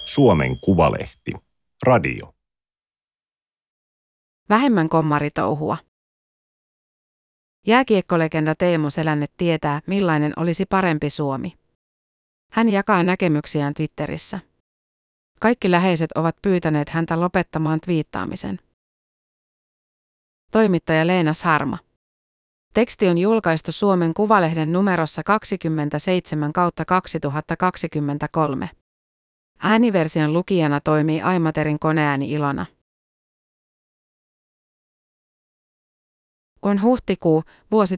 Suomen Kuvalehti. Radio. Vähemmän kommaritouhua. Jääkiekkolegenda Teemu Selänne tietää, millainen olisi parempi Suomi. Hän jakaa näkemyksiään Twitterissä. Kaikki läheiset ovat pyytäneet häntä lopettamaan twiittaamisen. Toimittaja Leena Sarma. Teksti on julkaistu Suomen Kuvalehden numerossa 27/2023. Ääniversion lukijana toimii Aimaterin koneääni Ilona. On huhtikuu, vuosi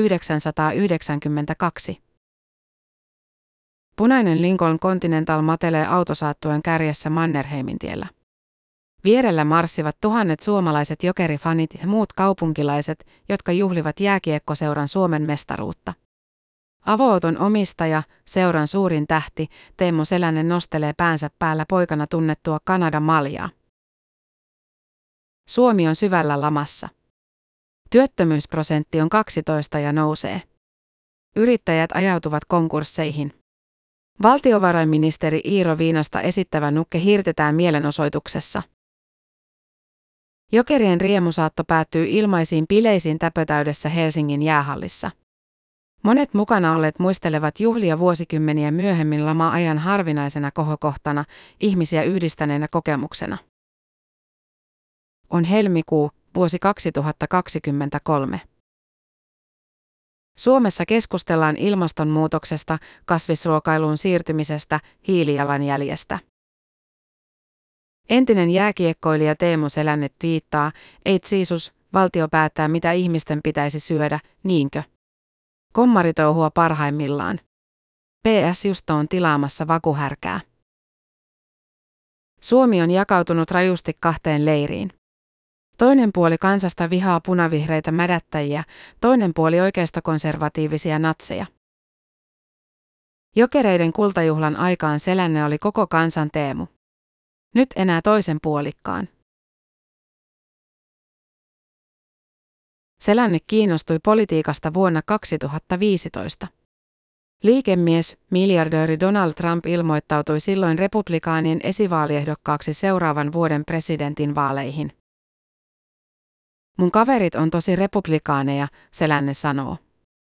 1992. Punainen Lincoln Continental matelee autosaattuen kärjessä Mannerheimintiellä. Vierellä marssivat tuhannet suomalaiset jokerifanit ja muut kaupunkilaiset, jotka juhlivat jääkiekkoseuran Suomen mestaruutta. Avo-auton omistaja, seuran suurin tähti, Teemu Selänne nostelee päänsä päällä poikana tunnettua Kanadan maljaa. Suomi on syvällä lamassa. Työttömyysprosentti on 12 ja nousee. Yrittäjät ajautuvat konkursseihin. Valtiovarainministeri Iiro Viinasta esittävä nukke hirtetään mielenosoituksessa. Jokerien riemusaatto päättyy ilmaisiin bileisiin täpötäydessä Helsingin jäähallissa. Monet mukana olleet muistelevat juhlia vuosikymmeniä myöhemmin lama-ajan harvinaisena kohokohtana, ihmisiä yhdistäneenä kokemuksena. On helmikuu, vuosi 2023. Suomessa keskustellaan ilmastonmuutoksesta, kasvisruokailuun siirtymisestä, hiilijalanjäljestä. Entinen jääkiekkoilija Teemu Selänne twiittaa, ei Jeesus, valtio päättää mitä ihmisten pitäisi syödä, niinkö? Kommaritouhua parhaimmillaan. PS Justo on tilaamassa vakuhärkää. Suomi on jakautunut rajusti kahteen leiriin. Toinen puoli kansasta vihaa punavihreitä mädättäjiä, toinen puoli oikeistokonservatiivisia natseja. Jokereiden kultajuhlan aikaan Selänne oli koko kansan Teemu. Nyt enää toisen puolikkaan. Selänne kiinnostui politiikasta vuonna 2015. Liikemies, miljardööri Donald Trump ilmoittautui silloin republikaanien esivaaliehdokkaaksi seuraavan vuoden presidentin vaaleihin. Mun kaverit on tosi republikaaneja, Selänne sanoo.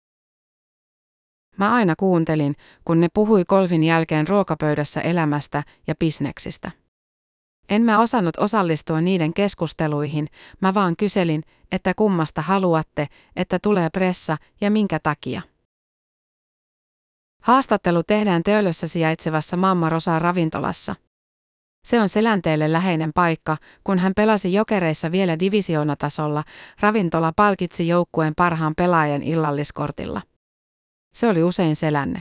Mä aina kuuntelin, kun ne puhui golfin jälkeen ruokapöydässä elämästä ja bisneksistä. En mä osannut osallistua niiden keskusteluihin, mä vaan kyselin, että kummasta haluatte, että tulee pressa ja minkä takia. Haastattelu tehdään Töölössä sijaitsevassa Mamma Rosa ravintolassa. Se on Selänteelle läheinen paikka, kun hän pelasi Jokereissa vielä divisioonatasolla, ravintola palkitsi joukkueen parhaan pelaajan illalliskortilla. Se oli usein Selänne.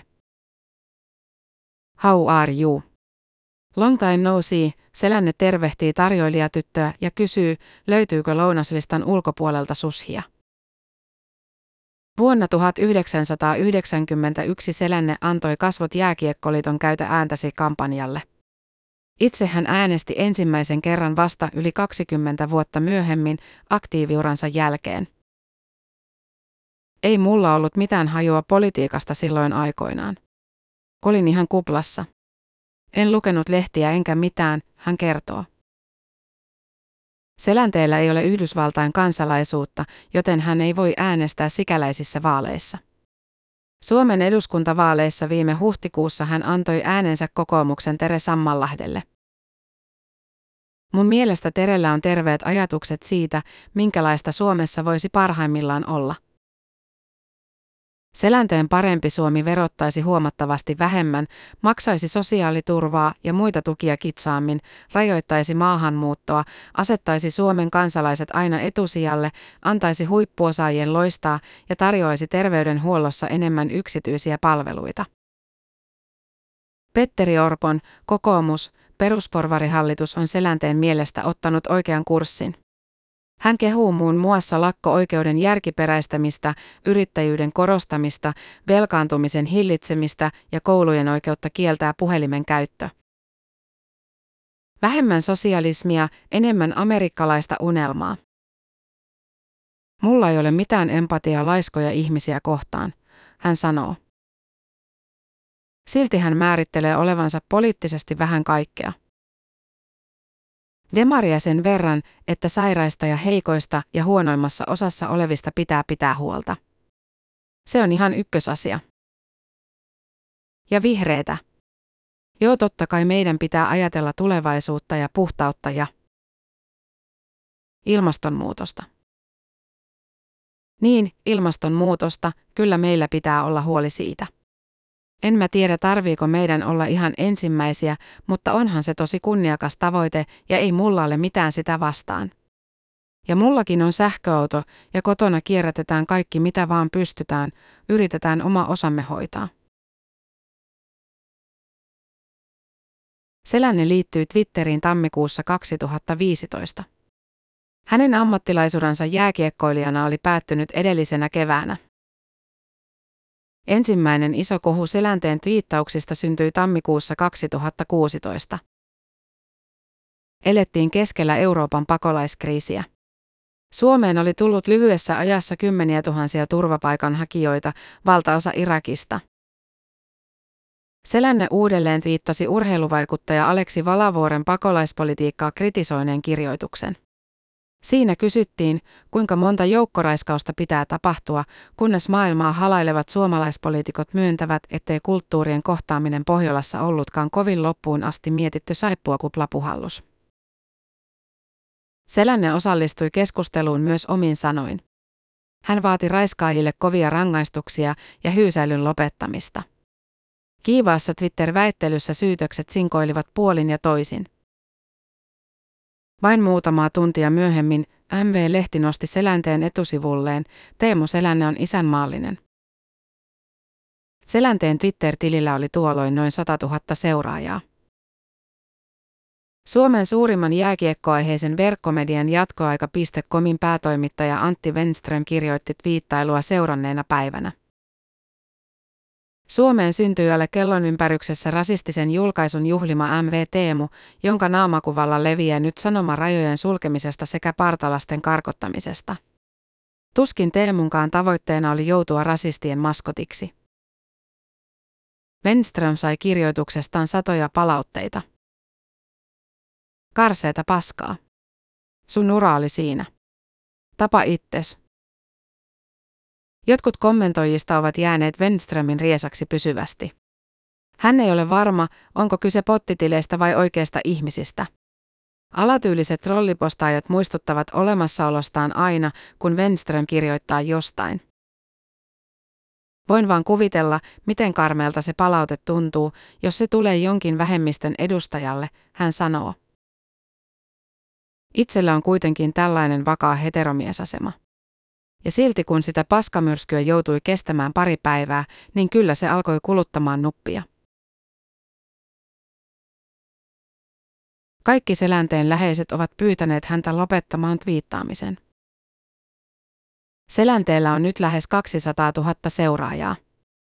How are you? Long time no see, Selänne tervehtii tarjoilijatyttöä ja kysyy, löytyykö lounaslistan ulkopuolelta sushia. Vuonna 1991 Selänne antoi Kasvot Jääkiekkoliiton Käytä ääntäsi -kampanjalle. Itse hän äänesti ensimmäisen kerran vasta yli 20 vuotta myöhemmin aktiiviuransa jälkeen. Ei mulla ollut mitään hajua politiikasta silloin aikoinaan. Olin ihan kuplassa. En lukenut lehtiä enkä mitään, hän kertoo. Selänteellä ei ole Yhdysvaltain kansalaisuutta, joten hän ei voi äänestää sikäläisissä vaaleissa. Suomen eduskuntavaaleissa viime huhtikuussa hän antoi äänensä kokoomuksen Tere Sammallahdelle. Mun mielestä Terellä on terveet ajatukset siitä, minkälaista Suomessa voisi parhaimmillaan olla. Selänteen parempi Suomi verottaisi huomattavasti vähemmän, maksaisi sosiaaliturvaa ja muita tukia kitsaammin, rajoittaisi maahanmuuttoa, asettaisi Suomen kansalaiset aina etusijalle, antaisi huippuosaajien loistaa ja tarjoaisi terveydenhuollossa enemmän yksityisiä palveluita. Petteri Orpon, kokoomus, perusporvarihallitus on Selänteen mielestä ottanut oikean kurssin. Hän kehuu muun muassa lakko-oikeuden järkiperäistämistä, yrittäjyyden korostamista, velkaantumisen hillitsemistä ja koulujen oikeutta kieltää puhelimen käyttö. Vähemmän sosialismia, enemmän amerikkalaista unelmaa. Mulla ei ole mitään empatiaa laiskoja ihmisiä kohtaan, hän sanoo. Silti hän määrittelee olevansa poliittisesti vähän kaikkea. Demaria sen verran, että sairaista ja heikoista ja huonoimmassa osassa olevista pitää huolta. Se on ihan ykkösasia. Ja vihreitä. Joo, totta kai meidän pitää ajatella tulevaisuutta ja puhtautta ja ilmastonmuutosta. Niin, ilmastonmuutosta, kyllä meillä pitää olla huoli siitä. En mä tiedä, tarviiko meidän olla ihan ensimmäisiä, mutta onhan se tosi kunniakas tavoite ja ei mulla ole mitään sitä vastaan. Ja mullakin on sähköauto ja kotona kierrätetään kaikki mitä vaan pystytään, yritetään oma osamme hoitaa. Selänne liittyi Twitteriin tammikuussa 2015. Hänen ammattilaisuudensa jääkiekkoilijana oli päättynyt edellisenä keväänä. Ensimmäinen iso kohu Selänteen twiittauksista syntyi tammikuussa 2016. Elettiin keskellä Euroopan pakolaiskriisiä. Suomeen oli tullut lyhyessä ajassa kymmeniä tuhansia turvapaikanhakijoita, valtaosa Irakista. Selänne uudelleen twiittasi urheiluvaikuttaja Aleksi Valavuoren pakolaispolitiikkaa kritisoineen kirjoituksen. Siinä kysyttiin, kuinka monta joukkoraiskausta pitää tapahtua, kunnes maailmaa halailevat suomalaispoliitikot myöntävät, ettei kulttuurien kohtaaminen Pohjolassa ollutkaan kovin loppuun asti mietitty saippuakuplapuhallus. Selänne osallistui keskusteluun myös omin sanoin. Hän vaati raiskaajille kovia rangaistuksia ja hyysäilyn lopettamista. Kiivaassa Twitter-väittelyssä syytökset sinkoilivat puolin ja toisin. Vain muutamaa tuntia myöhemmin MV-lehti nosti Selänteen etusivulleen, Teemu Selänne on isänmaallinen. Selänteen Twitter-tilillä oli tuolloin noin 100 000 seuraajaa. Suomen suurimman jääkiekkoaiheisen verkkomedian jatkoaika.comin päätoimittaja Antti Wenström kirjoitti twiittailua seuranneena päivänä. Suomeen syntyi alle kellonympäröksessä rasistisen julkaisun juhlima MV Teemu, jonka naamakuvalla leviää nyt sanoma rajojen sulkemisesta sekä partalasten karkottamisesta. Tuskin Teemunkaan tavoitteena oli joutua rasistien maskotiksi. Wenström sai kirjoituksestaan satoja palautteita. Karseeta paskaa. Sun ura oli siinä. Tapa itses. Jotkut kommentoijista ovat jääneet Wenströmin riesaksi pysyvästi. Hän ei ole varma, onko kyse pottitileistä vai oikeista ihmisistä. Alatyyliset trollipostaajat muistuttavat olemassaolostaan aina, kun Wenström kirjoittaa jostain. Voin vaan kuvitella, miten karmeelta se palaute tuntuu, jos se tulee jonkin vähemmistön edustajalle, hän sanoo. Itsellä on kuitenkin tällainen vakaa heteromiesasema. Ja silti kun sitä paskamyrskyä joutui kestämään pari päivää, niin kyllä se alkoi kuluttamaan nuppia. Kaikki Selänteen läheiset ovat pyytäneet häntä lopettamaan twiittaamisen. Selänteellä on nyt lähes 200 000 seuraajaa.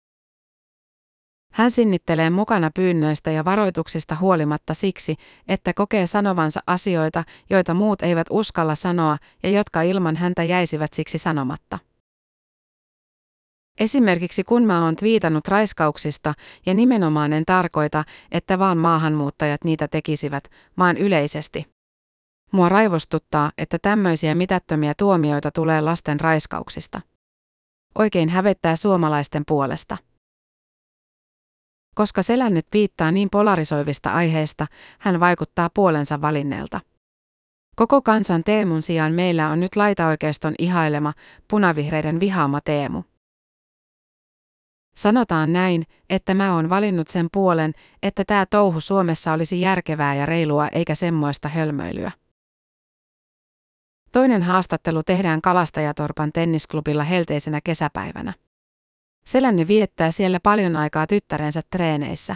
Hän sinnittelee mukana pyynnöistä ja varoituksista huolimatta siksi, että kokee sanovansa asioita, joita muut eivät uskalla sanoa ja jotka ilman häntä jäisivät siksi sanomatta. Esimerkiksi kun mä oon twiitannut raiskauksista ja nimenomaan en tarkoita, että vaan maahanmuuttajat niitä tekisivät, vaan yleisesti. Mua raivostuttaa, että tämmöisiä mitättömiä tuomioita tulee lasten raiskauksista. Oikein hävettää suomalaisten puolesta. Koska Selänne twiittaa niin polarisoivista aiheista, hän vaikuttaa puolensa valinneelta. Koko kansan Teemun sijaan meillä on nyt laitaoikeiston ihailema, punavihreiden vihaama Teemu. Sanotaan näin, että mä oon valinnut sen puolen, että tää touhu Suomessa olisi järkevää ja reilua eikä semmoista hölmöilyä. Toinen haastattelu tehdään Kalastajatorpan tennisklubilla helteisenä kesäpäivänä. Selänne viettää siellä paljon aikaa tyttärensä treeneissä.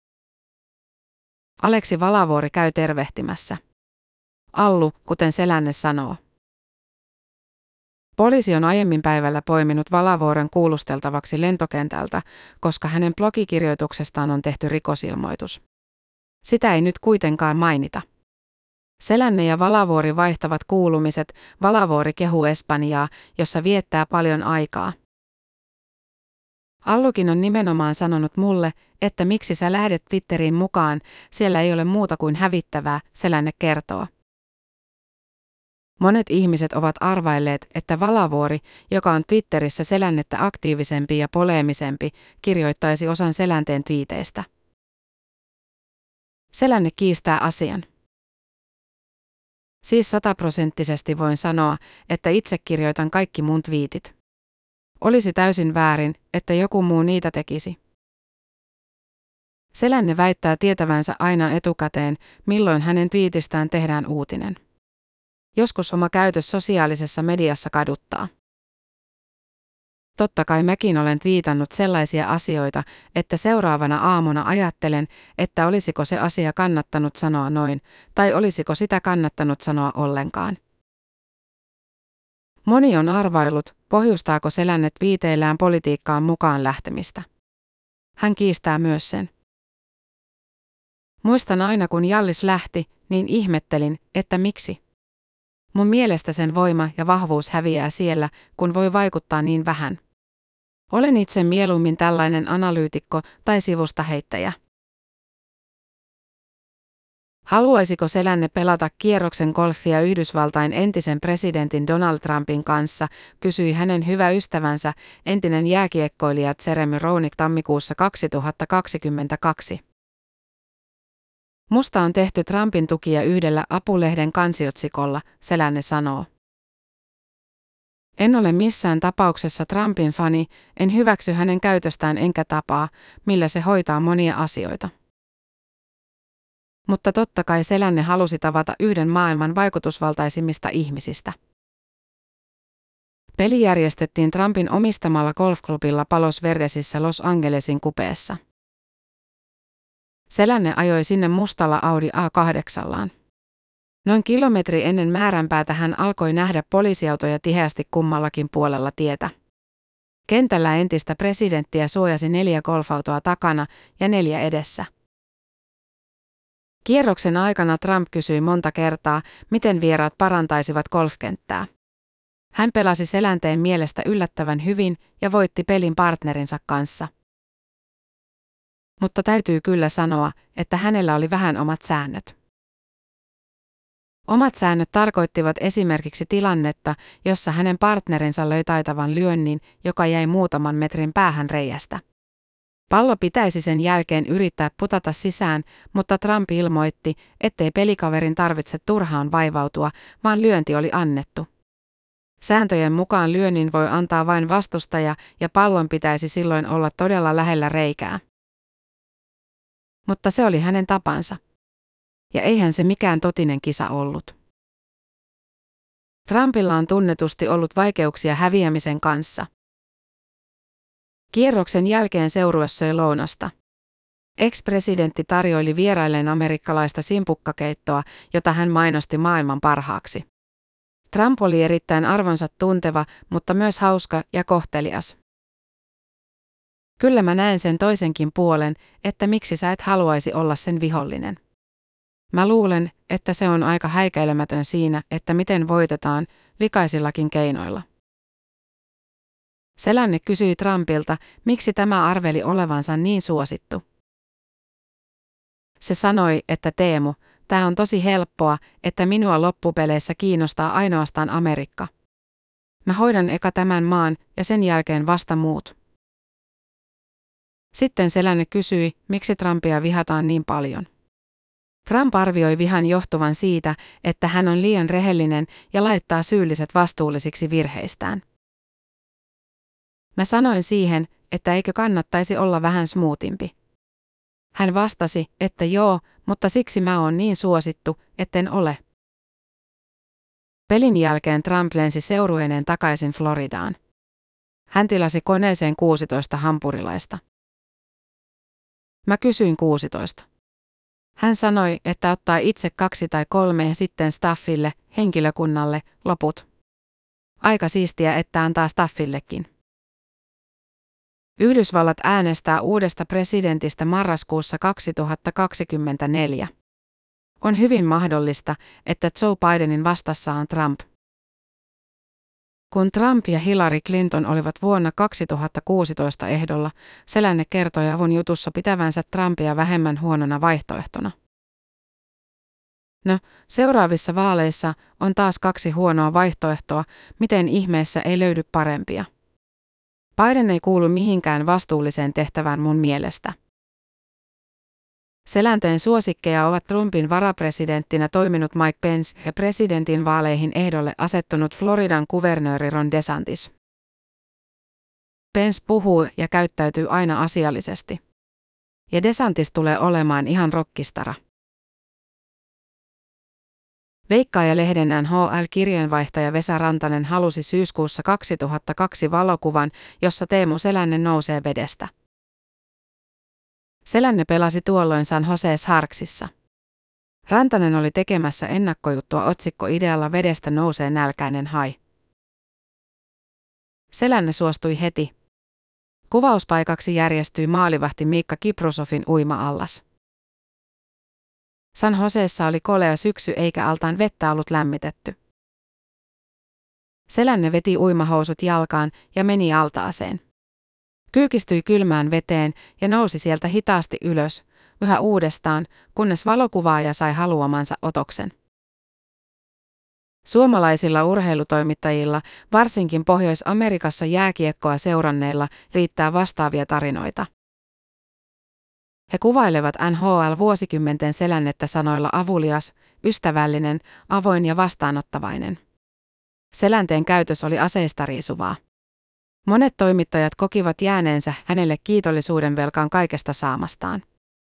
Aleksi Valavuori käy tervehtimässä. Allu, kuten Selänne sanoo. Poliisi on aiemmin päivällä poiminut Valavuoren kuulusteltavaksi lentokentältä, koska hänen blogikirjoituksestaan on tehty rikosilmoitus. Sitä ei nyt kuitenkaan mainita. Selänne ja Valavuori vaihtavat kuulumiset, Valavuori kehuu Espanjaa, jossa viettää paljon aikaa. Allukin on nimenomaan sanonut mulle, että miksi sä lähdet Twitteriin mukaan, siellä ei ole muuta kuin hävittävää, Selänne kertoo. Monet ihmiset ovat arvailleet, että Valavuori, joka on Twitterissä Selännettä aktiivisempi ja poleemisempi, kirjoittaisi osan Selänteen twiiteistä. Selänne kiistää asian. Siis 100% voin sanoa, että itse kirjoitan kaikki mun twiitit. Olisi täysin väärin, että joku muu niitä tekisi. Selänne väittää tietävänsä aina etukäteen, milloin hänen twiitistään tehdään uutinen. Joskus oma käytös sosiaalisessa mediassa kaduttaa. Totta kai mäkin olen twiitannut sellaisia asioita, että seuraavana aamuna ajattelen, että olisiko se asia kannattanut sanoa noin, tai olisiko sitä kannattanut sanoa ollenkaan. Moni on arvaillut, pohjustaako Selänne twiiteillään politiikkaan mukaan lähtemistä. Hän kiistää myös sen. Muistan aina kun Jallis lähti, niin ihmettelin, että miksi. Mun mielestä sen voima ja vahvuus häviää siellä, kun voi vaikuttaa niin vähän. Olen itse mieluummin tällainen analyytikko tai sivustaheittäjä. Haluaisiko Selänne pelata kierroksen golfia Yhdysvaltain entisen presidentin Donald Trumpin kanssa, kysyi hänen hyvä ystävänsä, entinen jääkiekkoilija Jeremy Roenick tammikuussa 2022. Musta on tehty Trumpin tukija yhdellä Apulehden kansiotsikolla, Selänne sanoo. En ole missään tapauksessa Trumpin fani, en hyväksy hänen käytöstään enkä tapaa, millä se hoitaa monia asioita. Mutta totta kai Selänne halusi tavata yhden maailman vaikutusvaltaisimmista ihmisistä. Peli järjestettiin Trumpin omistamalla golfklubilla Palos Verdesissä Los Angelesin kupeessa. Selänne ajoi sinne mustalla Audi A8:llaan. Noin kilometri ennen määränpäätä hän alkoi nähdä poliisiautoja tiheästi kummallakin puolella tietä. Kentällä entistä presidenttiä suojasi 4 golfautoa takana ja 4 edessä. Kierroksen aikana Trump kysyi monta kertaa, miten vieraat parantaisivat golfkenttää. Hän pelasi Selänteen mielestä yllättävän hyvin ja voitti pelin partnerinsa kanssa. Mutta täytyy kyllä sanoa, että hänellä oli vähän omat säännöt. Omat säännöt tarkoittivat esimerkiksi tilannetta, jossa hänen partnerinsa löi taitavan lyönnin, joka jäi muutaman metrin päähän reiästä. Pallo pitäisi sen jälkeen yrittää putata sisään, mutta Trump ilmoitti, ettei pelikaverin tarvitse turhaan vaivautua, vaan lyönti oli annettu. Sääntöjen mukaan lyönnin voi antaa vain vastustaja ja pallon pitäisi silloin olla todella lähellä reikää. Mutta se oli hänen tapansa. Ja eihän se mikään totinen kisa ollut. Trumpilla on tunnetusti ollut vaikeuksia häviämisen kanssa. Kierroksen jälkeen seurue söi lounasta. Ex-presidentti tarjoili vierailleen amerikkalaista simpukkakeittoa, jota hän mainosti maailman parhaaksi. Trump oli erittäin arvonsa tunteva, mutta myös hauska ja kohtelias. Kyllä mä näen sen toisenkin puolen, että miksi sä et haluaisi olla sen vihollinen. Mä luulen, että se on aika häikäilemätön siinä, että miten voitetaan, likaisillakin keinoilla. Selänne kysyi Trumpilta, miksi tämä arveli olevansa niin suosittu. Se sanoi, että Teemu, tää on tosi helppoa, että minua loppupeleissä kiinnostaa ainoastaan Amerikka. Mä hoidan eka tämän maan ja sen jälkeen vasta muut. Sitten Selänne kysyi, miksi Trumpia vihataan niin paljon. Trump arvioi vihan johtuvan siitä, että hän on liian rehellinen ja laittaa syylliset vastuullisiksi virheistään. Mä sanoin siihen, että eikö kannattaisi olla vähän smoothimpi. Hän vastasi, että joo, mutta siksi mä oon niin suosittu, etten ole. Pelin jälkeen Trump lensi seurueineen takaisin Floridaan. Hän tilasi koneeseen 16 hampurilaista. Mä kysyin 16. Hän sanoi, että ottaa itse 2 tai 3 ja sitten staffille, henkilökunnalle, loput. Aika siistiä, että antaa staffillekin. Yhdysvallat äänestää uudesta presidentistä marraskuussa 2024. On hyvin mahdollista, että Joe Bidenin vastassa on Trump. Kun Trump ja Hillary Clinton olivat vuonna 2016 ehdolla, Selänne kertoi Avun jutussa pitävänsä Trumpia vähemmän huonona vaihtoehtona. No, seuraavissa vaaleissa on taas 2 huonoa vaihtoehtoa, miten ihmeessä ei löydy parempia. Biden ei kuulu mihinkään vastuulliseen tehtävään mun mielestä. Selänteen suosikkeja ovat Trumpin varapresidenttinä toiminut Mike Pence ja presidentin vaaleihin ehdolle asettunut Floridan kuvernööri Ron DeSantis. Pence puhuu ja käyttäytyy aina asiallisesti. Ja DeSantis tulee olemaan ihan rockistara. Veikkaaja-lehden NHL-kirjeenvaihtaja Vesa Rantanen halusi syyskuussa 2002 valokuvan, jossa Teemu Selänne nousee vedestä. Selänne pelasi tuolloin San Jose Sharksissa. Rantanen oli tekemässä ennakkojuttua otsikkoidealla Vedestä nousee nälkäinen hai. Selänne suostui heti. Kuvauspaikaksi järjestyi maalivahti Miikka Kiprusovin uima-allas. San Joseessa oli kolea syksy eikä altaan vettä ollut lämmitetty. Selänne veti uimahousut jalkaan ja meni altaaseen. Kyykistyi kylmään veteen ja nousi sieltä hitaasti ylös, yhä uudestaan, kunnes valokuvaaja sai haluamansa otoksen. Suomalaisilla urheilutoimittajilla, varsinkin Pohjois-Amerikassa jääkiekkoa seuranneilla, riittää vastaavia tarinoita. He kuvailevat NHL-vuosikymmenten Selännettä sanoilla avulias, ystävällinen, avoin ja vastaanottavainen. Selänteen käytös oli aseista riisuvaa. Monet toimittajat kokivat jääneensä hänelle kiitollisuuden velkaan kaikesta saamastaan.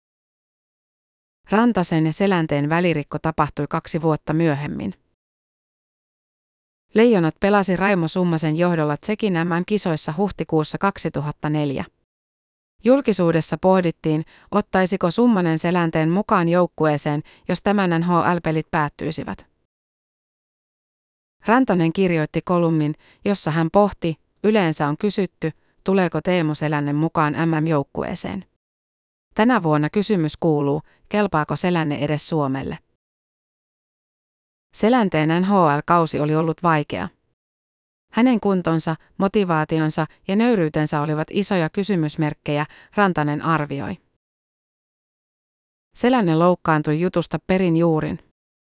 Rantasen ja Selänteen välirikko tapahtui 2 vuotta myöhemmin. Leijonat pelasi Raimo Summasen johdolla Tsekin MM-kisoissa huhtikuussa 2004. Julkisuudessa pohdittiin, ottaisiko Summanen Selänteen mukaan joukkueeseen, jos tämän NHL-pelit päättyisivät. Rantanen kirjoitti kolumnin, jossa hän pohti, yleensä on kysytty, tuleeko Teemu Selänne mukaan MM-joukkueeseen. Tänä vuonna kysymys kuuluu, kelpaako Selänne edes Suomelle. Selänteen NHL-kausi oli ollut vaikea. Hänen kuntonsa, motivaationsa ja nöyryytensä olivat isoja kysymysmerkkejä, Rantanen arvioi. Selänne loukkaantui jutusta perin juurin.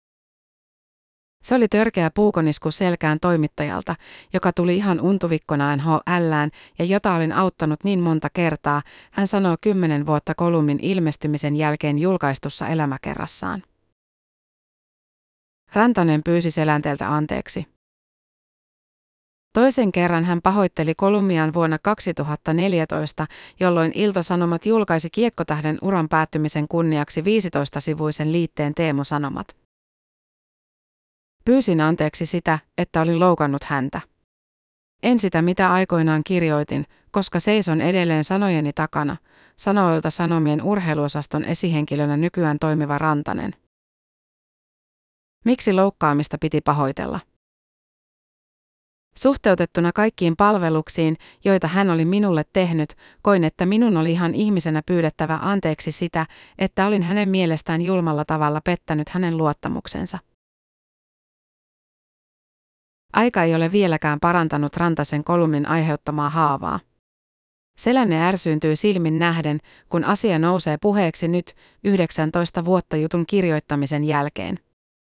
Se oli törkeä puukonisku selkään toimittajalta, joka tuli ihan untuvikkona NHL:ään ja jota olin auttanut niin monta kertaa, hän sanoo 10 vuotta kolumnin ilmestymisen jälkeen julkaistussa elämäkerrassaan. Rantanen pyysi Selänteeltä anteeksi. Toisen kerran hän pahoitteli kolumniaan vuonna 2014, jolloin Ilta-Sanomat julkaisi Kiekkotähden uran päättymisen kunniaksi 15-sivuisen liitteen Teemu Sanomat. Pyysin anteeksi sitä, että olin loukannut häntä. En sitä mitä aikoinaan kirjoitin, koska seison edelleen sanojeni takana, sanoi Ilta-Sanomien urheiluosaston esihenkilönä nykyään toimiva Rantanen. Miksi loukkaamista piti pahoitella? Suhteutettuna kaikkiin palveluksiin, joita hän oli minulle tehnyt, koin, että minun oli ihan ihmisenä pyydettävä anteeksi sitä, että olin hänen mielestään julmalla tavalla pettänyt hänen luottamuksensa. Aika ei ole vieläkään parantanut Rantasen kolumnin aiheuttamaa haavaa. Selänne ärsyyntyy silmin nähden, kun asia nousee puheeksi nyt, 19 vuotta jutun kirjoittamisen jälkeen.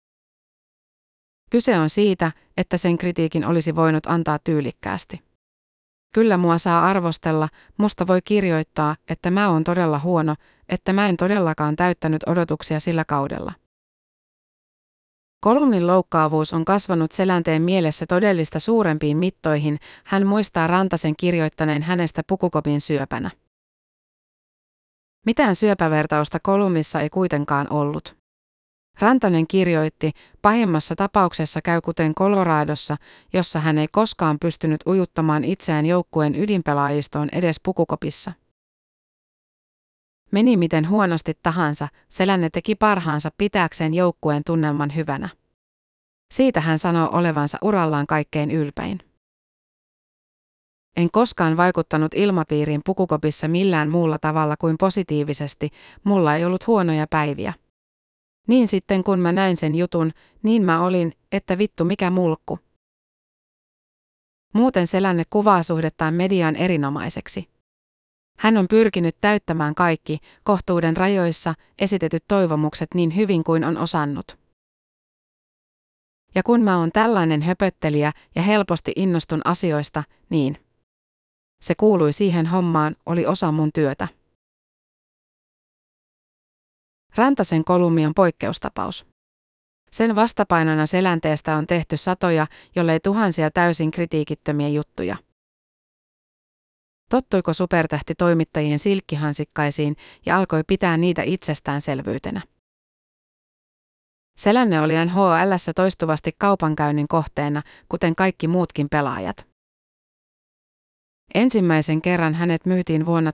Kyse on siitä, että sen kritiikin olisi voinut antaa tyylikkäästi. Kyllä mua saa arvostella, musta voi kirjoittaa, että mä oon todella huono, että mä en todellakaan täyttänyt odotuksia sillä kaudella. Kolumnin loukkaavuus on kasvanut Selänteen mielessä todellista suurempiin mittoihin, hän muistaa Rantasen kirjoittaneen hänestä pukukopin syöpänä. Mitään syöpävertausta kolumnissa ei kuitenkaan ollut. Rantanen kirjoitti, pahimmassa tapauksessa käy kuten Coloradossa, jossa hän ei koskaan pystynyt ujuttamaan itseään joukkueen ydinpelaajistoon edes pukukopissa. Meni miten huonosti tahansa, Selänne teki parhaansa pitääkseen joukkueen tunnelman hyvänä. Siitä hän sanoo olevansa urallaan kaikkein ylpein. En koskaan vaikuttanut ilmapiiriin pukukopissa millään muulla tavalla kuin positiivisesti, mulla ei ollut huonoja päiviä. Niin sitten kun mä näin sen jutun, niin mä olin, että vittu mikä mulkku. Muuten Selänne kuvaa suhdettaan mediaan erinomaiseksi. Hän on pyrkinyt täyttämään kaikki, kohtuuden rajoissa, esitetyt toivomukset niin hyvin kuin on osannut. Ja kun mä oon tällainen höpöttelijä ja helposti innostun asioista, niin se kuului siihen hommaan, oli osa mun työtä. Rantasen kolumni on poikkeustapaus. Sen vastapainona selänteestä on tehty satoja, jollei tuhansia täysin kritiikittömiä juttuja. Tottuiko supertähti toimittajien silkkihansikkaisiin ja alkoi pitää niitä itsestäänselvyytenä? Selänne oli NHL:ssä toistuvasti kaupankäynnin kohteena, kuten kaikki muutkin pelaajat. Ensimmäisen kerran hänet myytiin vuonna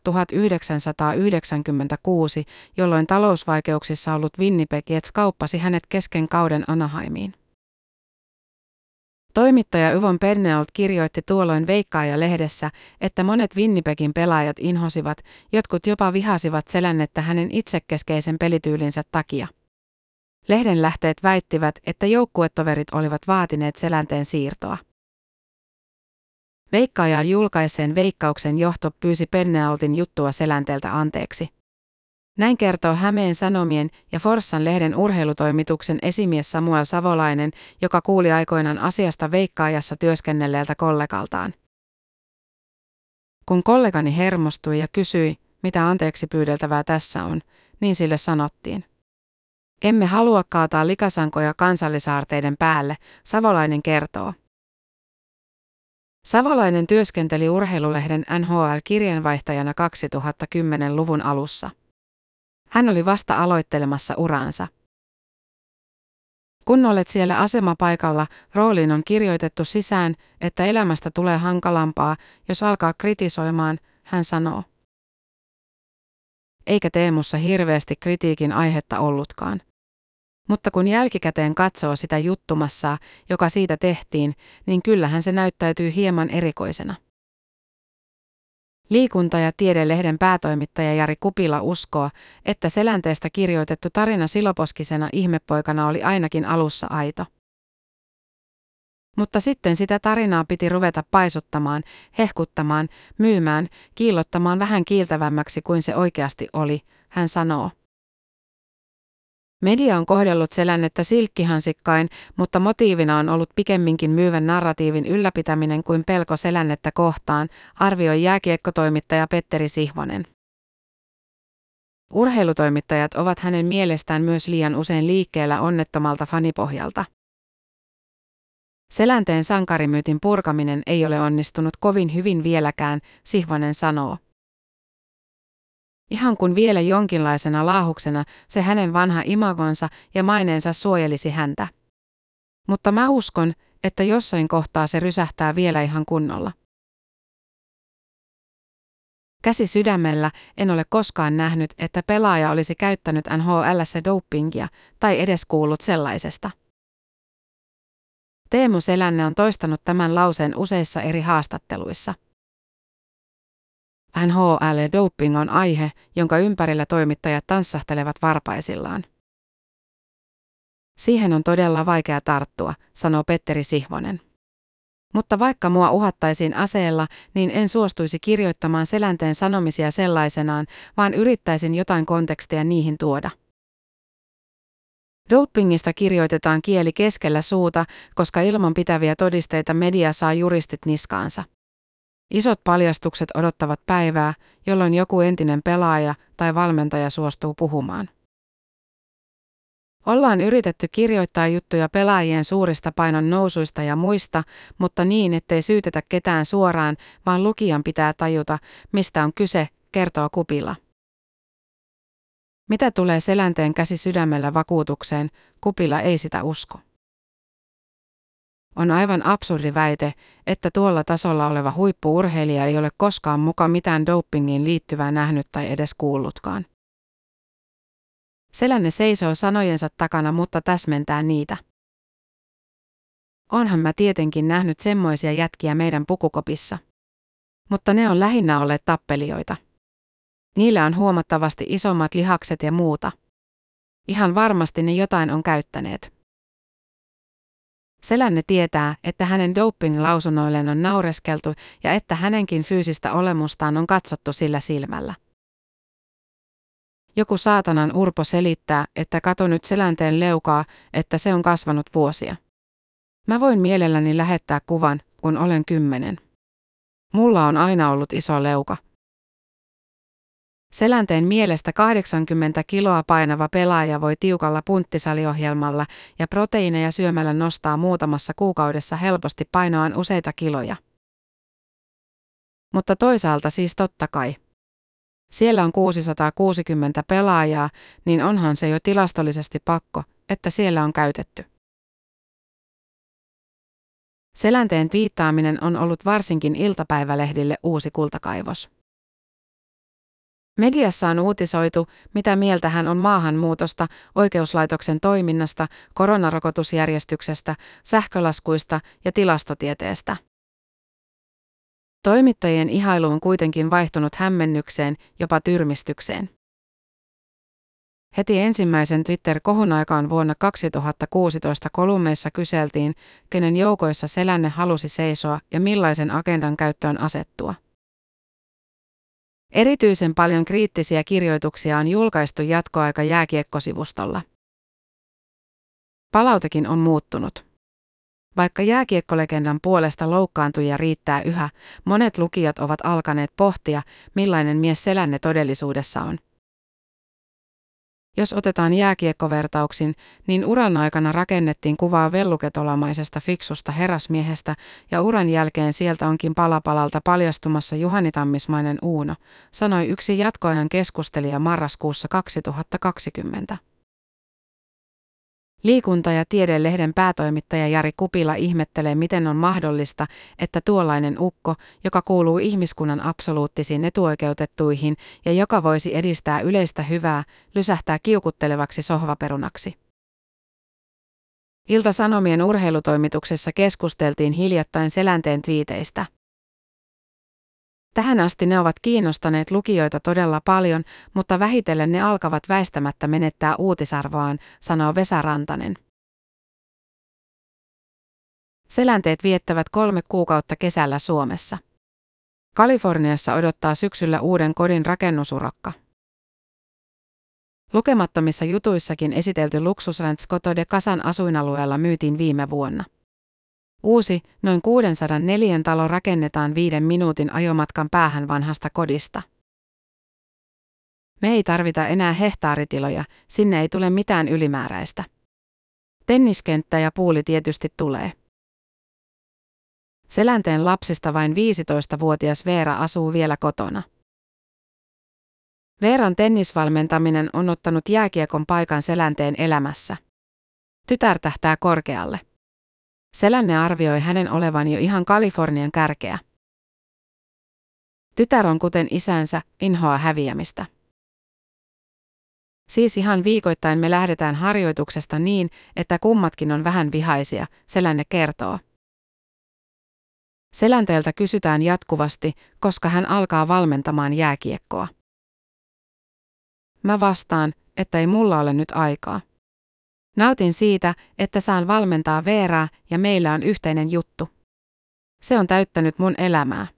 1996, jolloin talousvaikeuksissa ollut Winnipeg Jets kauppasi hänet kesken kauden Anaheimiin. Toimittaja Yvon Penneolt kirjoitti tuolloin Veikkaaja-lehdessä, että monet Winnipegin pelaajat inhosivat, jotkut jopa vihasivat Selännettä hänen itsekeskeisen pelityylinsä takia. Lehden lähteet väittivät, että joukkuetoverit olivat vaatineet Selänteen siirtoa. Veikkaajaa julkaisseen Veikkauksen johto pyysi Penneoltin juttua Selänteeltä anteeksi. Näin kertoo Hämeen Sanomien ja Forssan lehden urheilutoimituksen esimies Samuel Savolainen, joka kuuli aikoinaan asiasta Veikkaajassa työskennelleeltä kollegaltaan. Kun kollegani hermostui ja kysyi, mitä anteeksi pyydeltävää tässä on, niin sille sanottiin: emme halua kaataa likasankoja kansallisaarteiden päälle, Savolainen kertoo. Savolainen työskenteli urheilulehden NHL-kirjeenvaihtajana 2010-luvun alussa. Hän oli vasta aloittelemassa uraansa. Kun olet siellä asemapaikalla, rooliin on kirjoitettu sisään, että elämästä tulee hankalampaa, jos alkaa kritisoimaan, hän sanoo. Eikä Teemussa hirveästi kritiikin aihetta ollutkaan. Mutta kun jälkikäteen katsoo sitä juttumassaa, joka siitä tehtiin, niin kyllähän se näyttäytyy hieman erikoisena. Liikunta- ja tiedelehden päätoimittaja Jari Kupila uskoo, että Selänteestä kirjoitettu tarina siloposkisena ihmepoikana oli ainakin alussa aito. Mutta sitten sitä tarinaa piti ruveta paisuttamaan, hehkuttamaan, myymään, kiillottamaan vähän kiiltävämmäksi kuin se oikeasti oli, hän sanoo. Media on kohdellut Selännettä silkkihansikkain, mutta motiivina on ollut pikemminkin myyvän narratiivin ylläpitäminen kuin pelko Selännettä kohtaan, arvioi jääkiekkotoimittaja Petteri Sihvonen. Urheilutoimittajat ovat hänen mielestään myös liian usein liikkeellä onnettomalta fanipohjalta. Selänteen sankarimyytin purkaminen ei ole onnistunut kovin hyvin vieläkään, Sihvonen sanoo. Ihan kun vielä jonkinlaisena laahuksena se hänen vanha imagonsa ja maineensa suojelisi häntä. Mutta mä uskon, että jossain kohtaa se rysähtää vielä ihan kunnolla. Käsi sydämellä, en ole koskaan nähnyt, että pelaaja olisi käyttänyt NHL:ssä dopingia tai edes kuullut sellaisesta. Teemu Selänne on toistanut tämän lauseen useissa eri haastatteluissa. NHL-doping on aihe, jonka ympärillä toimittajat tanssahtelevat varpaisillaan. Siihen on todella vaikea tarttua, sanoo Petteri Sihvonen. Mutta vaikka mua uhattaisiin aseella, niin en suostuisi kirjoittamaan Selänteen sanomisia sellaisenaan, vaan yrittäisin jotain kontekstia niihin tuoda. Dopingista kirjoitetaan kieli keskellä suuta, koska ilman pitäviä todisteita media saa juristit niskaansa. Isot paljastukset odottavat päivää, jolloin joku entinen pelaaja tai valmentaja suostuu puhumaan. Ollaan yritetty kirjoittaa juttuja pelaajien suurista painon nousuista ja muista, mutta niin, ettei syytetä ketään suoraan, vaan lukijan pitää tajuta, mistä on kyse, kertoo Kupila. Mitä tulee Selänteen käsi sydämellä vakuutukseen, Kupila ei sitä usko. On aivan absurdi väite, että tuolla tasolla oleva huippu-urheilija ei ole koskaan muka mitään dopingiin liittyvää nähnyt tai edes kuullutkaan. Selänne seisoo sanojensa takana, mutta täsmentää niitä. Onhan mä tietenkin nähnyt semmoisia jätkiä meidän pukukopissa. Mutta ne on lähinnä olleet tappelijoita. Niillä on huomattavasti isommat lihakset ja muuta. Ihan varmasti ne jotain on käyttäneet. Selänne tietää, että hänen doping-lausunnoilleen on naureskeltu ja että hänenkin fyysistä olemustaan on katsottu sillä silmällä. Joku saatanan urpo selittää, että kato nyt Selänteen leukaa, että se on kasvanut vuosia. Mä voin mielelläni lähettää kuvan, kun olen 10. Mulla on aina ollut iso leuka. Selänteen mielestä 80 kiloa painava pelaaja voi tiukalla punttisaliohjelmalla ja proteiineja syömällä nostaa muutamassa kuukaudessa helposti painoaan useita kiloja. Mutta toisaalta siis totta kai. Siellä on 660 pelaajaa, niin onhan se jo tilastollisesti pakko, että siellä on käytetty. Selänteen twiittaaminen on ollut varsinkin iltapäivälehdille uusi kultakaivos. Mediassa on uutisoitu, mitä mieltä hän on maahanmuutosta, oikeuslaitoksen toiminnasta, koronarokotusjärjestyksestä, sähkölaskuista ja tilastotieteestä. Toimittajien ihailu on kuitenkin vaihtunut hämmennykseen, jopa tyrmistykseen. Heti ensimmäisen Twitter-kohun aikaan vuonna 2016 kolumneissa kyseltiin, kenen joukoissa Selänne halusi seisoa ja millaisen agendan käyttöön asettua. Erityisen paljon kriittisiä kirjoituksia on julkaistu jatkoaika jääkiekkosivustolla. Palautekin on muuttunut. Vaikka jääkiekkolegendan puolesta loukkaantujia riittää yhä, monet lukijat ovat alkaneet pohtia, millainen mies Selänne todellisuudessa on. Jos otetaan jääkiekkovertauksin, niin uran aikana rakennettiin kuvaa velluketolamaisesta fiksusta herrasmiehestä ja uran jälkeen sieltä onkin pala palalta paljastumassa juhanitammismainen Uuno, sanoi yksi jatkoajan keskustelija marraskuussa 2020. Liikunta- ja tiedelehden päätoimittaja Jari Kupila ihmettelee, miten on mahdollista, että tuollainen ukko, joka kuuluu ihmiskunnan absoluuttisiin etuoikeutettuihin ja joka voisi edistää yleistä hyvää, lysähtää kiukuttelevaksi sohvaperunaksi. Ilta-Sanomien urheilutoimituksessa keskusteltiin hiljattain Selänteen twiiteistä. Tähän asti ne ovat kiinnostaneet lukijoita todella paljon, mutta vähitellen ne alkavat väistämättä menettää uutisarvoaan, sanoo Vesa Rantanen. Selänteet viettävät 3 kuukautta kesällä Suomessa. Kaliforniassa odottaa syksyllä uuden kodin rakennusurakka. Lukemattomissa jutuissakin esitelty luksusranch Coto de Casan asuinalueella myytiin viime vuonna. Uusi, noin 604 talo rakennetaan 5 minuutin ajomatkan päähän vanhasta kodista. Me ei tarvita enää hehtaaritiloja, sinne ei tule mitään ylimääräistä. Tenniskenttä ja puuli tietysti tulee. Selänteen lapsista vain 15-vuotias Veera asuu vielä kotona. Veeran tennisvalmentaminen on ottanut jääkiekon paikan Selänteen elämässä. Tytär tähtää korkealle. Selänne arvioi hänen olevan jo ihan Kalifornian kärkeä. Tytär on kuten isänsä, inhoaa häviämistä. Siis ihan viikoittain me lähdetään harjoituksesta niin, että kummatkin on vähän vihaisia, Selänne kertoo. Selänteeltä kysytään jatkuvasti, koska hän alkaa valmentamaan jääkiekkoa. Mä vastaan, että ei mulla ole nyt aikaa. Nautin siitä, että saan valmentaa Veeraa ja meillä on yhteinen juttu. Se on täyttänyt mun elämää.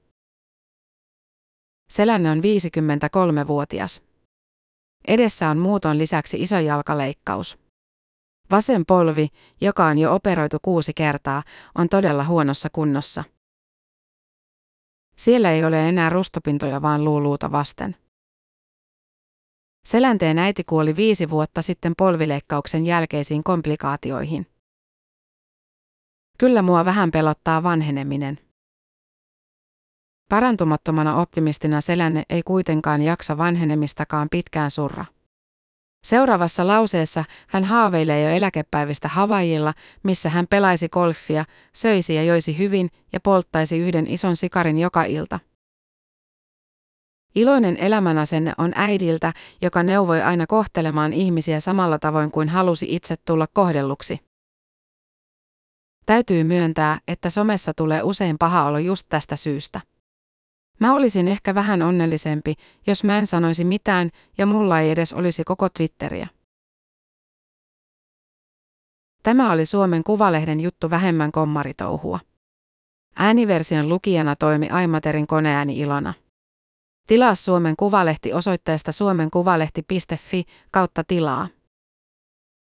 Selänne on 53-vuotias. Edessä on muuton lisäksi iso jalkaleikkaus. Vasen polvi, joka on jo operoitu 6 kertaa, on todella huonossa kunnossa. Siellä ei ole enää rustopintoja vaan luuluuta vasten. Selänteen äiti kuoli 5 vuotta sitten polvileikkauksen jälkeisiin komplikaatioihin. Kyllä mua vähän pelottaa vanheneminen. Parantumattomana optimistina Selänne ei kuitenkaan jaksa vanhenemistakaan pitkään surra. Seuraavassa lauseessa hän haaveilee jo eläkepäivistä Havaijilla, missä hän pelaisi golfia, söisi ja joisi hyvin ja polttaisi yhden ison sikarin joka ilta. Iloinen elämänasenne on äidiltä, joka neuvoi aina kohtelemaan ihmisiä samalla tavoin kuin halusi itse tulla kohdelluksi. Täytyy myöntää, että somessa tulee usein paha olo just tästä syystä. Mä olisin ehkä vähän onnellisempi, jos mä en sanoisi mitään ja mulla ei edes olisi koko Twitteriä. Tämä oli Suomen Kuvalehden juttu vähemmän kommaritouhua. Ääniversion lukijana toimi Aimaterin koneääni Ilona. Tilaa Suomen Kuvalehti osoitteesta suomenkuvalehti.fi/tilaa.